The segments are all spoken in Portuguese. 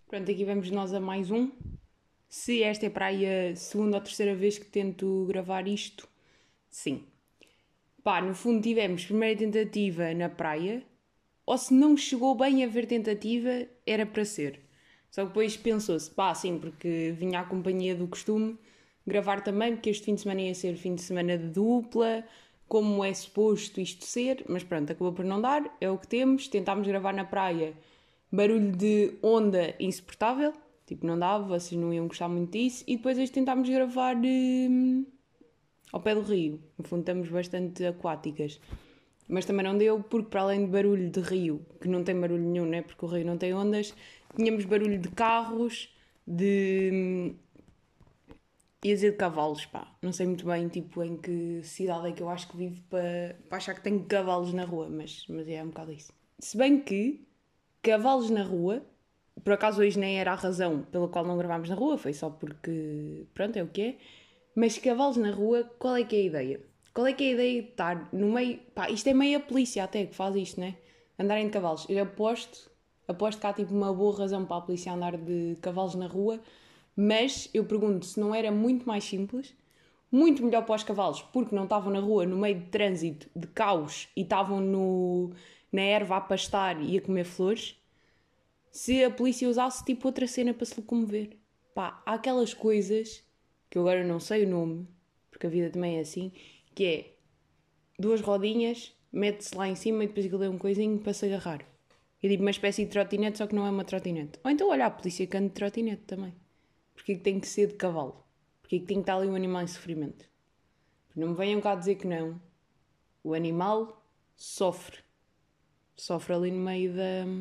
Pronto, aqui vamos nós a mais um. Se esta é para aí a segunda ou terceira vez que tento gravar isto, sim. Pá, no fundo tivemos primeira tentativa na praia, ou se não chegou bem a ver tentativa, era para ser. Só que depois pensou-se, pá, sim, porque vinha a companhia do costume gravar também, porque este fim de semana ia ser fim de semana de dupla, como é suposto isto ser, mas pronto, acabou por não dar, é o que temos. Tentámos gravar na praia, barulho de onda insuportável, tipo, não dava, vocês não iam gostar muito disso, e depois hoje tentámos gravar ao pé do rio, no fundo estamos bastante aquáticas. Mas também não deu, porque para além de barulho de rio, que não tem barulho nenhum, né? Porque o rio não tem ondas, tínhamos barulho de carros, de. Ia dizer de cavalos, pá. Não sei muito bem, tipo, em que cidade é que eu acho que vivo para achar que tenho cavalos na rua, mas é um bocado isso. Se bem que cavalos na rua, por acaso hoje nem era a razão pela qual não gravámos na rua, foi só porque, pronto, é o que é. Mas cavalos na rua, qual é que é a ideia? Qual é que é a ideia de estar no meio. Pá, isto é meio a polícia até que faz isto, né? Andarem de cavalos. Eu aposto que há tipo uma boa razão para a polícia andar de cavalos na rua, mas eu pergunto se não era muito mais simples, muito melhor para os cavalos, porque não estavam na rua no meio de trânsito, de caos, e estavam na erva a pastar e a comer flores, se a polícia usasse tipo outra cena para se locomover. Pá, há aquelas coisas que eu agora não sei o nome, porque a vida também é assim, que é duas rodinhas, mete-se lá em cima e depois aquilo é um coisinho para se agarrar. É tipo uma espécie de trotinete, só que não é uma trotinete. Ou então, olha, a polícia que anda de trotinete também. Porque é que tem que ser de cavalo? Porque é que tem que estar ali um animal em sofrimento? Não me venham cá dizer que não. O animal sofre. Sofre ali no meio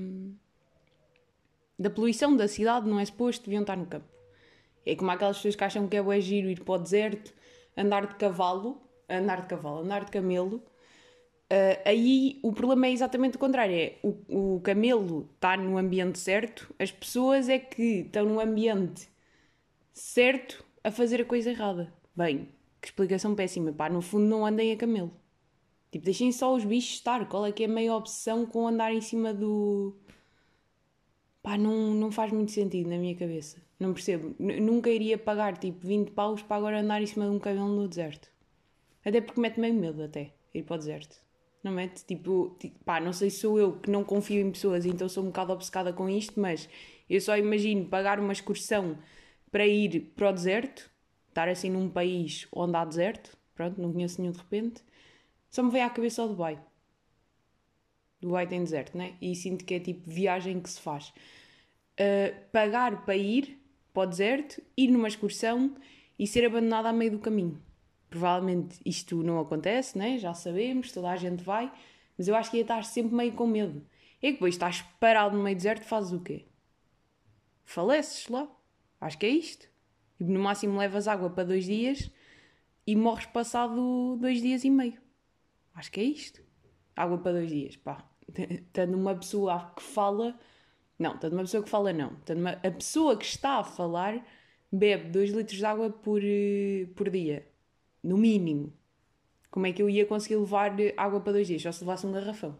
da poluição da cidade, não é suposto, deviam estar no campo. É como aquelas pessoas que acham que é bué giro ir para o deserto, andar de camelo. Aí o problema é exatamente o contrário, é o camelo está no ambiente certo, as pessoas é que estão no ambiente certo a fazer a coisa errada. Bem, que explicação péssima, pá, no fundo não andem a camelo. Tipo, deixem só os bichos estar, qual é que é a meia obsessão com andar em cima do... Pá, não faz muito sentido na minha cabeça. Não percebo. Nunca iria pagar tipo 20 paus para agora andar em cima de um camelo no deserto. Até porque mete meio medo até ir para o deserto. Não mete? Tipo, pá, não sei se sou eu que não confio em pessoas, então sou um bocado obcecada com isto, mas eu só imagino pagar uma excursão para ir para o deserto, estar assim num país onde há deserto, pronto, não conheço nenhum de repente, só me vem à cabeça o Dubai. Dubai tem deserto, né? E sinto que é tipo viagem que se faz. Pagar para ir para o deserto, ir numa excursão e ser abandonado a meio do caminho. Provavelmente isto não acontece, né? Já sabemos, toda a gente vai, mas eu acho que ia estar sempre meio com medo. É que depois estás parado no meio do deserto, fazes o quê? Faleces lá. Acho que é isto. Tipo, no máximo levas água para 2 dias e morres passado 2 dias e meio. Acho que é isto. Água para 2 dias, pá. Tendo uma pessoa que fala. Não, tendo uma pessoa que fala, não. A pessoa que está a falar bebe 2 litros de água por dia. No mínimo. Como é que eu ia conseguir levar água para 2 dias? Só se levasse um garrafão.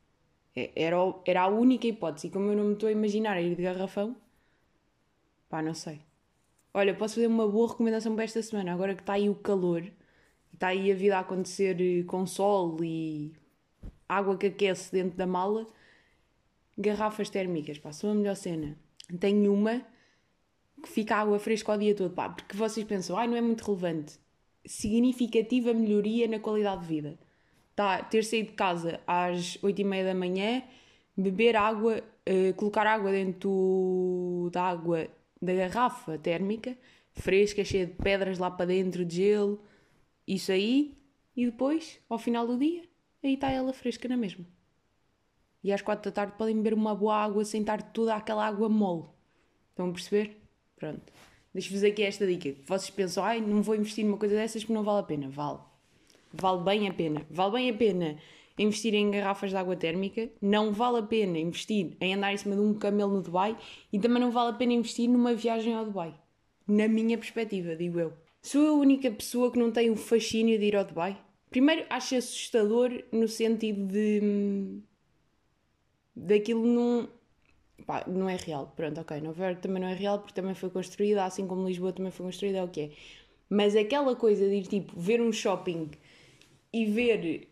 Era a única hipótese. E como eu não me estou a imaginar a ir de garrafão, pá, não sei. Olha, posso fazer uma boa recomendação para esta semana. Agora que está aí o calor, e está aí a vida a acontecer com sol e água que aquece dentro da mala, garrafas térmicas, pá, são a melhor cena. Tenho uma que fica água fresca o dia todo, pá, porque vocês pensam, ai, não é muito relevante. Significativa melhoria na qualidade de vida. Tá, ter saído de casa às 8h30 da manhã, beber água, colocar água dentro da água da garrafa térmica, fresca, cheia de pedras lá para dentro, de gelo, isso aí, e depois, ao final do dia, aí está ela fresca na mesma. E às 4 da tarde podem beber uma boa água sem estar toda aquela água mole. Estão a perceber? Pronto. Deixo-vos aqui esta dica. Vocês pensam, ai, não vou investir numa coisa dessas porque não vale a pena. Vale. Vale bem a pena. Vale bem a pena investir em garrafas de água térmica. Não vale a pena investir em andar em cima de um camelo no Dubai. E também não vale a pena investir numa viagem ao Dubai. Na minha perspectiva, digo eu. Sou eu a única pessoa que não tem o fascínio de ir ao Dubai? Primeiro, acho assustador no sentido de... daquilo não... Pá, não é real. Pronto, ok. Nova Iorque também não é real porque também foi construída, assim como Lisboa também foi construída, é o que é. Mas aquela coisa de ir tipo ver um shopping e ver.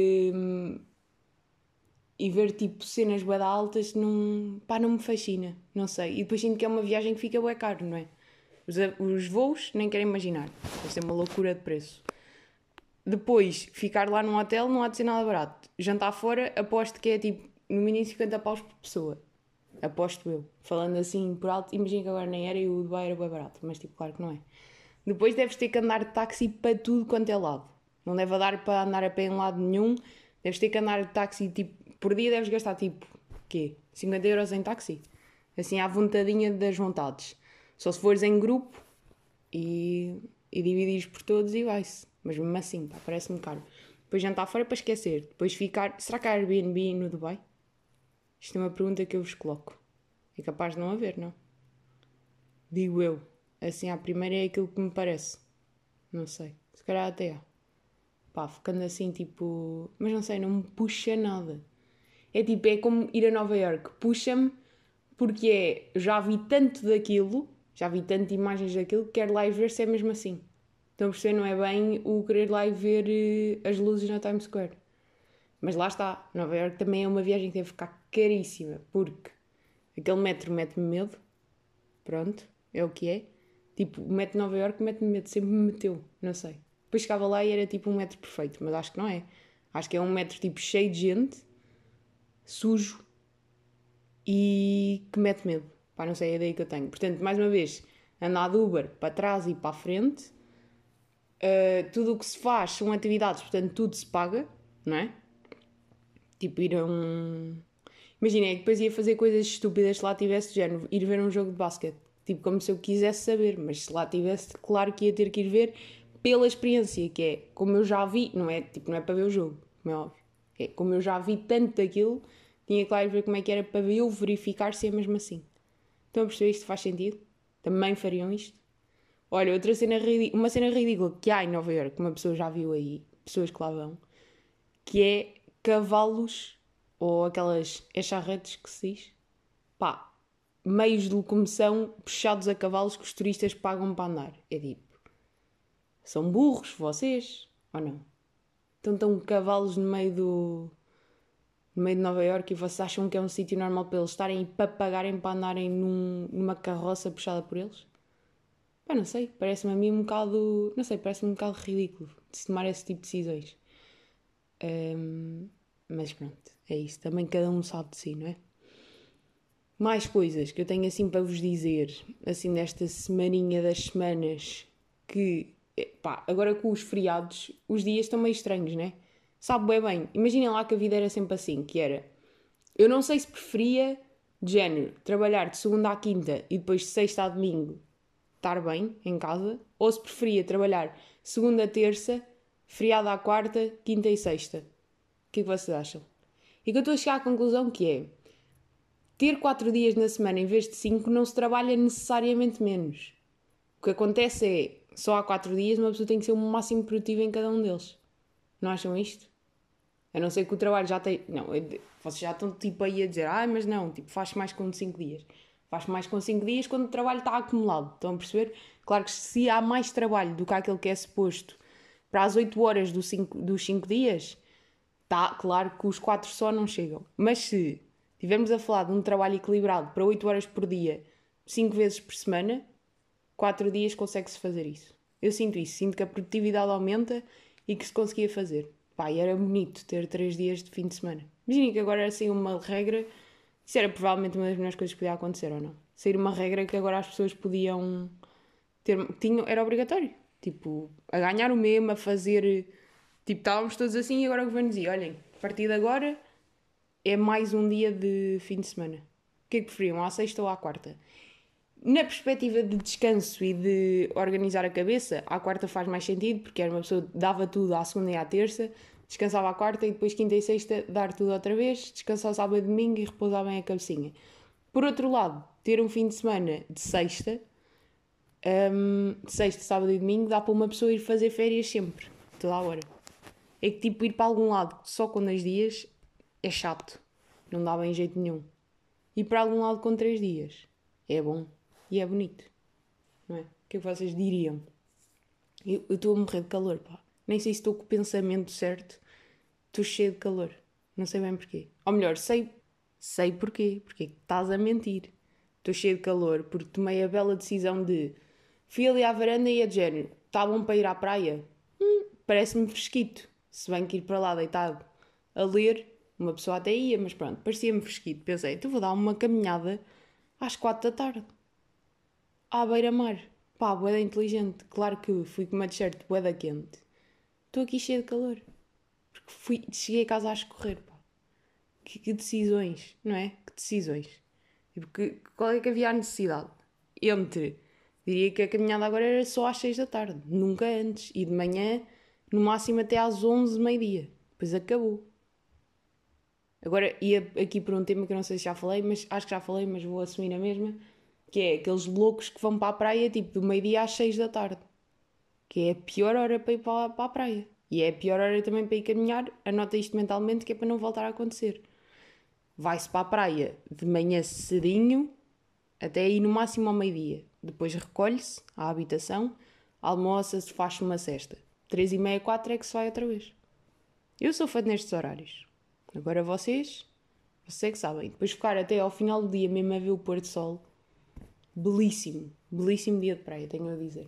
E ver tipo cenas bué de altas não, pá, não me fascina, não sei. E depois sinto que é uma viagem que fica bué caro, não é? Os voos nem quero imaginar, deve ser uma loucura de preço. Depois, ficar lá num hotel não há de ser nada barato. Jantar fora, aposto que é tipo no mínimo 50 paus por pessoa. Aposto eu. Falando assim por alto, imagina que agora nem era e o Dubai era bem barato, mas tipo, claro que não é. Depois deves ter que andar de táxi para tudo quanto é lado. Não deve dar para andar a pé em lado nenhum. Deves ter que andar de táxi, tipo, por dia deves gastar tipo, quê? 50 euros em táxi? Assim, à vontadinha das vontades. Só se fores em grupo e dividires por todos e vai-se. Mas mesmo assim, pá, parece-me caro. Depois jantar fora para esquecer. Depois ficar. Será que há Airbnb no Dubai? Isto é uma pergunta que eu vos coloco. É capaz de não haver, não? Digo eu. Assim, à primeira é aquilo que me parece. Não sei. Se calhar até há. Pá, ficando assim, tipo. Mas não sei, não me puxa nada. É tipo, é como ir a Nova York. Puxa-me porque é. Já vi tanto daquilo, já vi tanto imagens daquilo, que quero lá ir ver se é mesmo assim. Estão a perceber? Não é bem o querer lá ir ver as luzes na Times Square. Mas lá está. Nova York também é uma viagem que deve ficar caríssima. Porque aquele metro mete-me medo. Pronto, é o que é. Tipo, o metro de Nova Iorque mete-me medo, sempre me meteu, não sei. Depois chegava lá e era tipo um metro perfeito, mas acho que não é. Acho que é um metro tipo cheio de gente, sujo e que mete medo. Pá, não sei, é a ideia que eu tenho. Portanto, mais uma vez, andar de Uber para trás e para a frente. Tudo o que se faz são atividades, portanto, tudo se paga, não é? Tipo, ir a um. Imagina, é que depois ia fazer coisas estúpidas se lá tivesse de género, ir ver um jogo de basquete. Tipo, como se eu quisesse saber, mas se lá tivesse, claro que ia ter que ir ver pela experiência, que é como eu já vi, não é, tipo, não é para ver o jogo, como é óbvio. É como eu já vi tanto daquilo, tinha que lá ir ver como é que era para eu verificar se é mesmo assim. Estão a perceber isto faz sentido? Também fariam isto? Olha, outra cena uma cena ridícula que há em Nova Iorque, uma pessoa já viu aí, pessoas que lá vão, que é cavalos ou aquelas charretes que se diz, pá, meios de locomoção puxados a cavalos que os turistas pagam para andar. É tipo, são burros vocês ou não? Então estão cavalos no meio de Nova Iorque e vocês acham que é um sítio normal para eles estarem para pagarem para andarem numa carroça puxada por eles? Pá, não sei, parece-me a mim um bocado, não sei, parece-me um bocado ridículo de se tomar esse tipo de decisões. Mas pronto, é isso. Também cada um sabe de si, não é? Mais coisas que eu tenho assim para vos dizer, assim nesta semaninha das semanas, que, pá, agora com os feriados, os dias estão meio estranhos, né? Sabe bem. Imaginem lá que a vida era sempre assim, que era, eu não sei se preferia, de género, trabalhar de segunda à quinta e depois de sexta a domingo estar bem em casa, ou se preferia trabalhar segunda a terça, feriado à quarta, quinta e sexta. O que é que vocês acham? E que eu estou a chegar à conclusão que é, ter 4 dias na semana em vez de 5 não se trabalha necessariamente menos. O que acontece é, só há 4 dias uma pessoa tem que ser o máximo produtiva em cada um deles. Não acham isto? A não ser que o trabalho já tem... Não, vocês já estão tipo aí a dizer, mas não, tipo, faz mais com 5 dias. Faz mais com 5 dias quando o trabalho está acumulado. Estão a perceber? Claro que se há mais trabalho do que aquele que é suposto para as 8 horas dos 5 dias, tá, claro que os 4 só não chegam. Mas se estivermos a falar de um trabalho equilibrado para 8 horas por dia, 5 vezes por semana, 4 dias consegue-se fazer isso. Eu sinto isso, sinto que a produtividade aumenta e que se conseguia fazer. Pá, e era bonito ter 3 dias de fim de semana. Imaginem que agora era assim uma regra, isso era provavelmente uma das melhores coisas que podia acontecer, ou não? Sair uma regra que agora as pessoas podiam ter, era obrigatório. Tipo, a ganhar o mesmo, a fazer. Tipo, estávamos todos assim e agora o governo dizia: olhem, a partir de agora é mais um dia de fim de semana. O que é que preferiam, à sexta ou à quarta? Na perspectiva de descanso e de organizar a cabeça, à quarta faz mais sentido, porque era uma pessoa que dava tudo à segunda e à terça, descansava à quarta e depois quinta e sexta dar tudo outra vez, descansava sábado e domingo e repousava bem a cabecinha. Por outro lado, ter um fim de semana de sexta, sábado e domingo, dá para uma pessoa ir fazer férias sempre, toda a hora. É que tipo, ir para algum lado só com 2 dias é chato. Não dá bem jeito nenhum. ir para algum lado com 3 dias. É bom e é bonito, não é? O que é que vocês diriam? Eu estou a morrer de calor, pá. Nem sei se estou com o pensamento certo. Estou cheio de calor. Não sei bem porquê. Ou melhor, sei porquê. Porque estás a mentir. Estou cheio de calor porque tomei a bela decisão de fui ali à varanda e é de género. Está bom para ir à praia? Parece-me fresquito. Se bem que ir para lá deitado a ler, uma pessoa até ia, mas pronto, parecia-me fresquito. Pensei, então vou dar uma caminhada às 4 da tarde, à beira-mar. Pá, bué inteligente. Claro que fui com uma t-shirt bué da quente. Estou aqui cheio de calor. Porque cheguei a casa a escorrer, pá. Que decisões, não é? Que decisões. Porque qual é que havia a necessidade? Entre, diria que a caminhada agora era só às 6 da tarde, nunca antes. E de manhã, no máximo até às 11, meio-dia. Depois acabou. Agora ia aqui por um tema que eu não sei se já falei, mas acho que já falei, mas vou assumir a mesma. Que é aqueles loucos que vão para a praia tipo do meio-dia às 6 da tarde. Que é a pior hora para ir para a praia. E é a pior hora também para ir caminhar. Anota isto mentalmente que é para não voltar a acontecer. Vai-se para a praia de manhã cedinho, até aí no máximo ao meio-dia. Depois recolhe-se à habitação, almoça-se, faz uma cesta. 3h30, 4 é que se vai outra vez. Eu sou fã nestes horários. Agora vocês é que sabem. Depois ficar até ao final do dia mesmo a ver o pôr do sol. Belíssimo. Belíssimo dia de praia, tenho a dizer.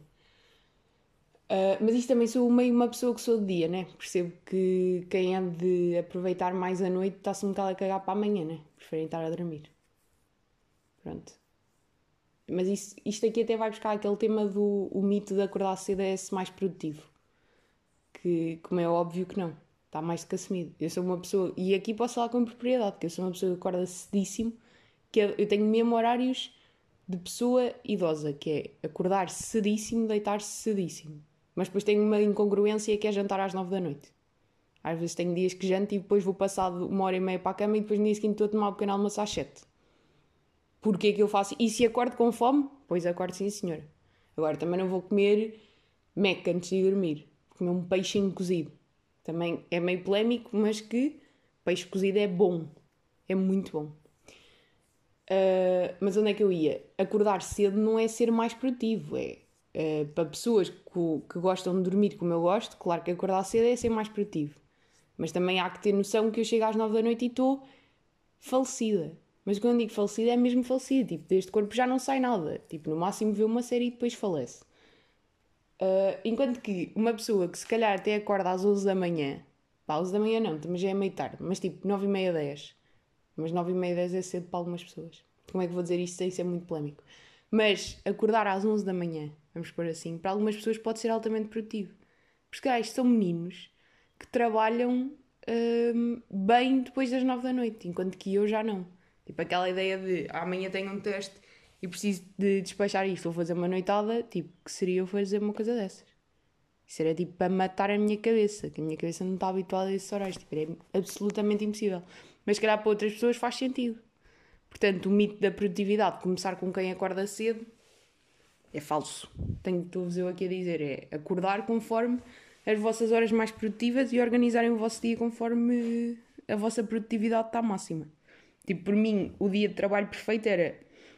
Mas isto também sou meio uma pessoa que sou de dia, né? Percebo que quem é de aproveitar mais a noite está-se um bocado a cagar para amanhã, né? Preferem estar a dormir. Pronto. Mas isto aqui até vai buscar aquele tema do o mito de acordar cedo é esse mais produtivo. Que, como é óbvio que não. Está mais do que assumido. Eu sou uma pessoa... E aqui posso falar com propriedade, que eu sou uma pessoa que acorda cedíssimo. Que eu tenho mesmo horários de pessoa idosa, que é acordar cedíssimo, deitar-se cedíssimo. Mas depois tenho uma incongruência que é jantar às 9 da noite. Às vezes tenho dias que janto e depois vou passado 1h30 para a cama e depois no dia seguinte estou a tomar um pequeno almoço às 7. Porquê que eu faço? E se acordo com fome? Pois acordo sim, senhora. Agora também não vou comer Mac antes de dormir. Vou comer um peixinho cozido. Também é meio polémico, mas que peixe cozido é bom. É muito bom. Mas onde é que eu ia? Acordar cedo não é ser mais produtivo. Para pessoas que gostam de dormir como eu gosto, claro que acordar cedo é ser mais produtivo. Mas também há que ter noção que eu chego às 9 da noite e estou falecida. Mas quando digo falecida é mesmo falecida. Tipo, deste corpo já não sai nada. Tipo, no máximo vê uma série e depois falece. Enquanto que uma pessoa que se calhar até acorda às 11 da manhã, pá, 11 da manhã não, também já é meio tarde, mas tipo 9h30, 10. Mas 9h30, 10 é cedo para algumas pessoas. Como é que vou dizer isto sem ser muito polémico? Mas acordar às 11 da manhã, vamos pôr assim, para algumas pessoas pode ser altamente produtivo. Porque isto são meninos que trabalham bem depois das 9 da noite, enquanto que eu já não. Tipo aquela ideia de amanhã tenho um teste e preciso de despachar isto, vou fazer uma noitada, tipo, que seria eu fazer uma coisa dessas? Isso era tipo para matar a minha cabeça, que a minha cabeça não está habituada a esses horários, tipo, era absolutamente impossível. Mas se calhar para outras pessoas faz sentido. Portanto, o mito da produtividade, começar com quem acorda cedo, é falso. Estou-vos eu aqui a dizer, é acordar conforme as vossas horas mais produtivas e organizarem o vosso dia conforme a vossa produtividade está máxima. Tipo, por mim, o dia de trabalho perfeito era...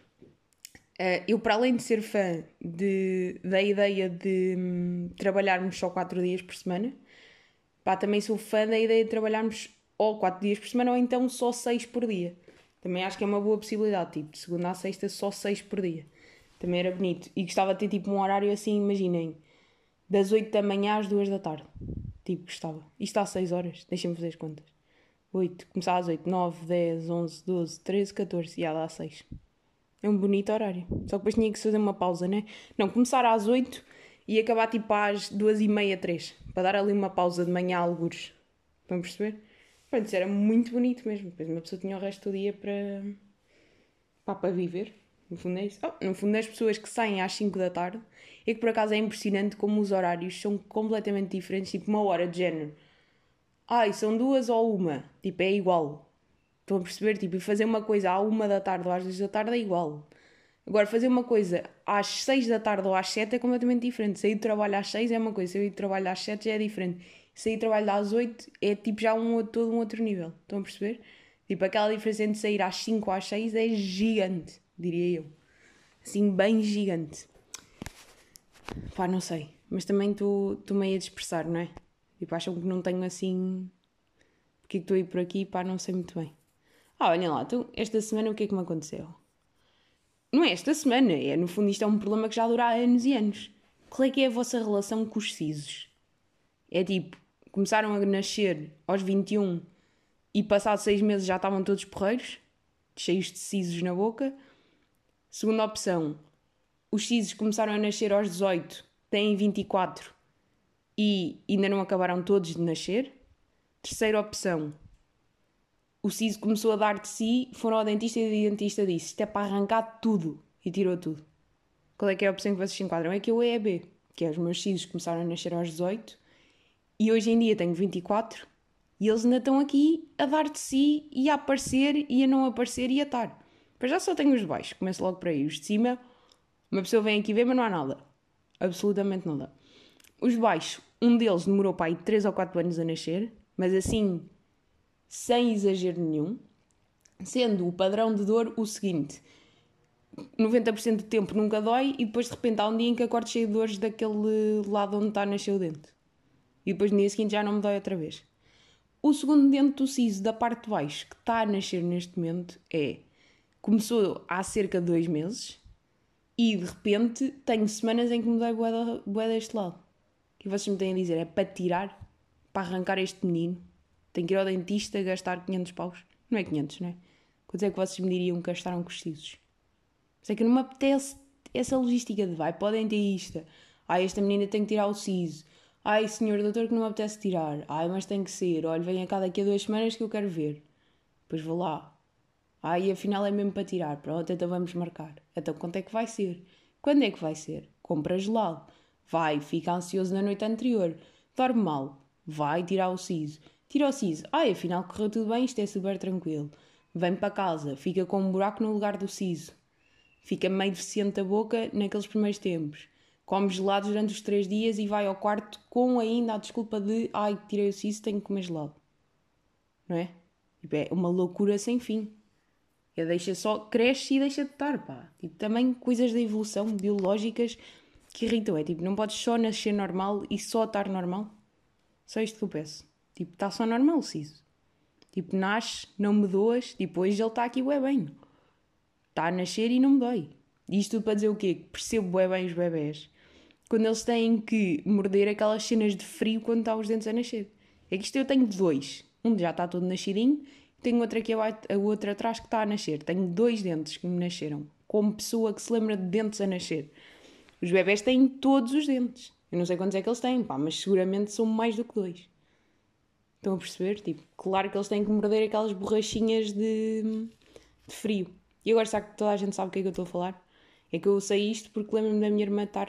eu, para além de ser fã da ideia de trabalharmos só 4 dias por semana, pá, também sou fã da ideia de trabalharmos ou 4 dias por semana ou então só 6 por dia. Também acho que é uma boa possibilidade, tipo, de segunda a sexta só 6 por dia. Também era bonito. E gostava de ter tipo um horário assim, imaginem, das 8 da manhã às 2 da tarde. Tipo, gostava. Isto há 6 horas, deixem-me fazer as contas. 8, começar às 8, 9, 10, 11, 12, 13, 14, e já dá 6. É um bonito horário. Só que depois tinha que fazer uma pausa, né? Não, começar às 8 e acabar tipo às 2h30, 3. Para dar ali uma pausa de manhã a algures. Estão a perceber? Pronto, isso era muito bonito mesmo. Depois uma pessoa tinha o resto do dia para viver. No fundo é isso. No fundo, as pessoas que saem às 5 da tarde é que por acaso é impressionante como os horários são completamente diferentes. Tipo, uma hora de género. Ai, são 2 ou 1. Tipo, é igual. Estão a perceber? Tipo, e fazer uma coisa à 1 da tarde ou às 2 da tarde é igual. Agora, fazer uma coisa às 6 da tarde ou às 7 é completamente diferente. Sair de trabalho às 6 é uma coisa, sair de trabalho às 7 já é diferente. Sair de trabalho às 8 é tipo já todo um outro nível. Estão a perceber? Tipo, aquela diferença entre sair às 5 ou às 6 é gigante, diria eu. Assim, bem gigante. Pá, não sei. Mas também estou meio a dispersar, não é? Tipo, acham que não tenho assim... Porque estou a ir por aqui, pá, não sei muito bem. Olha lá, então, esta semana o que é que me aconteceu? Não é esta semana, é no fundo isto é um problema que já dura há anos e anos. Qual é que é a vossa relação com os sisos? É tipo, começaram a nascer aos 21 e passados 6 meses já estavam todos porreiros, cheios de sisos na boca. Segunda opção, os sisos começaram a nascer aos 18, têm 24 e ainda não acabaram todos de nascer. Terceira opção, o siso começou a dar de si, foram ao dentista e o dentista disse: isto é para arrancar tudo, e tirou tudo. Qual é que é a opção que vocês se enquadram? É que eu é a B, que é os meus sisos começaram a nascer aos 18 e hoje em dia tenho 24 e eles ainda estão aqui a dar de si e a aparecer e a não aparecer e a estar. Mas já só tenho os de baixo, começo logo por aí. Os de cima, uma pessoa vem aqui ver, mas não há nada. Absolutamente nada. Os de baixo, um deles demorou para aí 3 ou 4 anos a nascer, mas assim, sem exagero nenhum. Sendo o padrão de dor o seguinte: 90% do tempo nunca dói e depois de repente há um dia em que acordo cheio de dores daquele lado onde está a nascer o dente. E depois no dia seguinte já não me dói outra vez. O segundo dente do siso da parte de baixo que está a nascer neste momento começou há cerca de 2 meses e de repente tenho semanas em que me dói bué deste lado. O que vocês me têm a dizer? É para tirar? Para arrancar este menino? Tenho que ir ao dentista gastar 500 paus? Não é 500, não é? Quanto é que vocês me diriam que gastaram com os sisos? Mas é que não me apetece essa logística de vai para o dentista. Ai, esta menina tem que tirar o siso. Ai, senhor doutor, que não me apetece tirar. Ai, mas tem que ser. Olha, venha cá daqui a 2 semanas que eu quero ver. Depois vou lá. Ai, afinal é mesmo para tirar. Pronto, então vamos marcar. Então quanto é que vai ser? Quando é que vai ser? Compra gelado. Vai, fica ansioso na noite anterior. Dorme mal. Vai tirar o siso. Tira o siso. Ai, afinal correu tudo bem, isto é super tranquilo. Vem para casa. Fica com um buraco no lugar do siso. Fica meio deficiente a boca naqueles primeiros tempos. Come gelado durante os 3 dias e vai ao quarto com ainda a desculpa de ai, tirei o siso, tenho que comer gelado. Não é? Tipo, é uma loucura sem fim. Deixa só, cresce e deixa de estar, pá. Tipo, também coisas da evolução biológicas que irritam. É tipo, não podes só nascer normal e só estar normal. Só isto que eu peço. Tipo, está só normal o siso. Tipo, nasce, não me doas. Tipo, hoje ele está aqui bué bem. Está a nascer e não me dói. E isto tudo para dizer o quê? Que percebo bué bem os bebés. Quando eles têm que morder aquelas cenas de frio quando estão os dentes a nascer. É que isto eu tenho 2. Um já está todo nascidinho. Tenho outro aqui, a outra atrás que está a nascer. Tenho 2 dentes que me nasceram. Como pessoa que se lembra de dentes a nascer. Os bebés têm todos os dentes. Eu não sei quantos é que eles têm, pá, mas seguramente são mais do que 2. Estão a perceber? Tipo, claro que eles têm que morder aquelas borrachinhas de frio. E agora sabe que toda a gente sabe o que é que eu estou a falar? É que eu sei isto porque lembro-me da minha irmã estar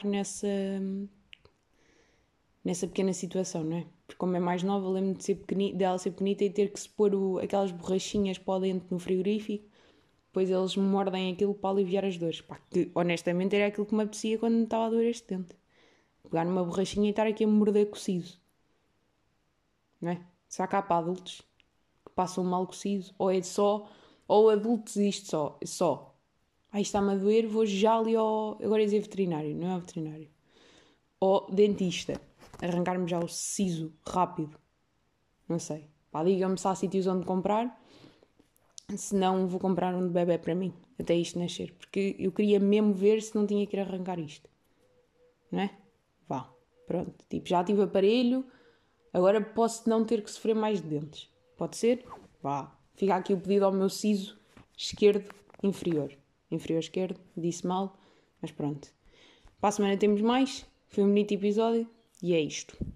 nessa pequena situação, não é? Porque como é mais nova, lembro-me dela ser pequenita e ter que se pôr aquelas borrachinhas para o dente no frigorífico. Depois eles mordem aquilo para aliviar as dores. Pá, que honestamente era aquilo que me apetecia quando me estava a doer este dente. Pegar numa borrachinha e estar aqui a morder cocido. Não é? Será que há para adultos que passam mal cocido? Ou é só... Ou adultos isto só. Ai, está-me a doer, vou já ali ao... Agora ia dizer veterinário, não é ao veterinário. Ou dentista. Arrancar-me já o siso rápido. Não sei. Pá, diga-me se há sítios onde comprar. Se não, vou comprar um de bebê para mim. Até isto nascer. Porque eu queria mesmo ver se não tinha que ir arrancar isto. Não é? Vá. Pronto. Tipo, já tive aparelho. Agora posso não ter que sofrer mais de dentes. Pode ser? Vá. Fica aqui o pedido ao meu siso esquerdo inferior. Inferior esquerdo. Disse mal. Mas pronto. Para a semana temos mais. Foi um bonito episódio. E é isto.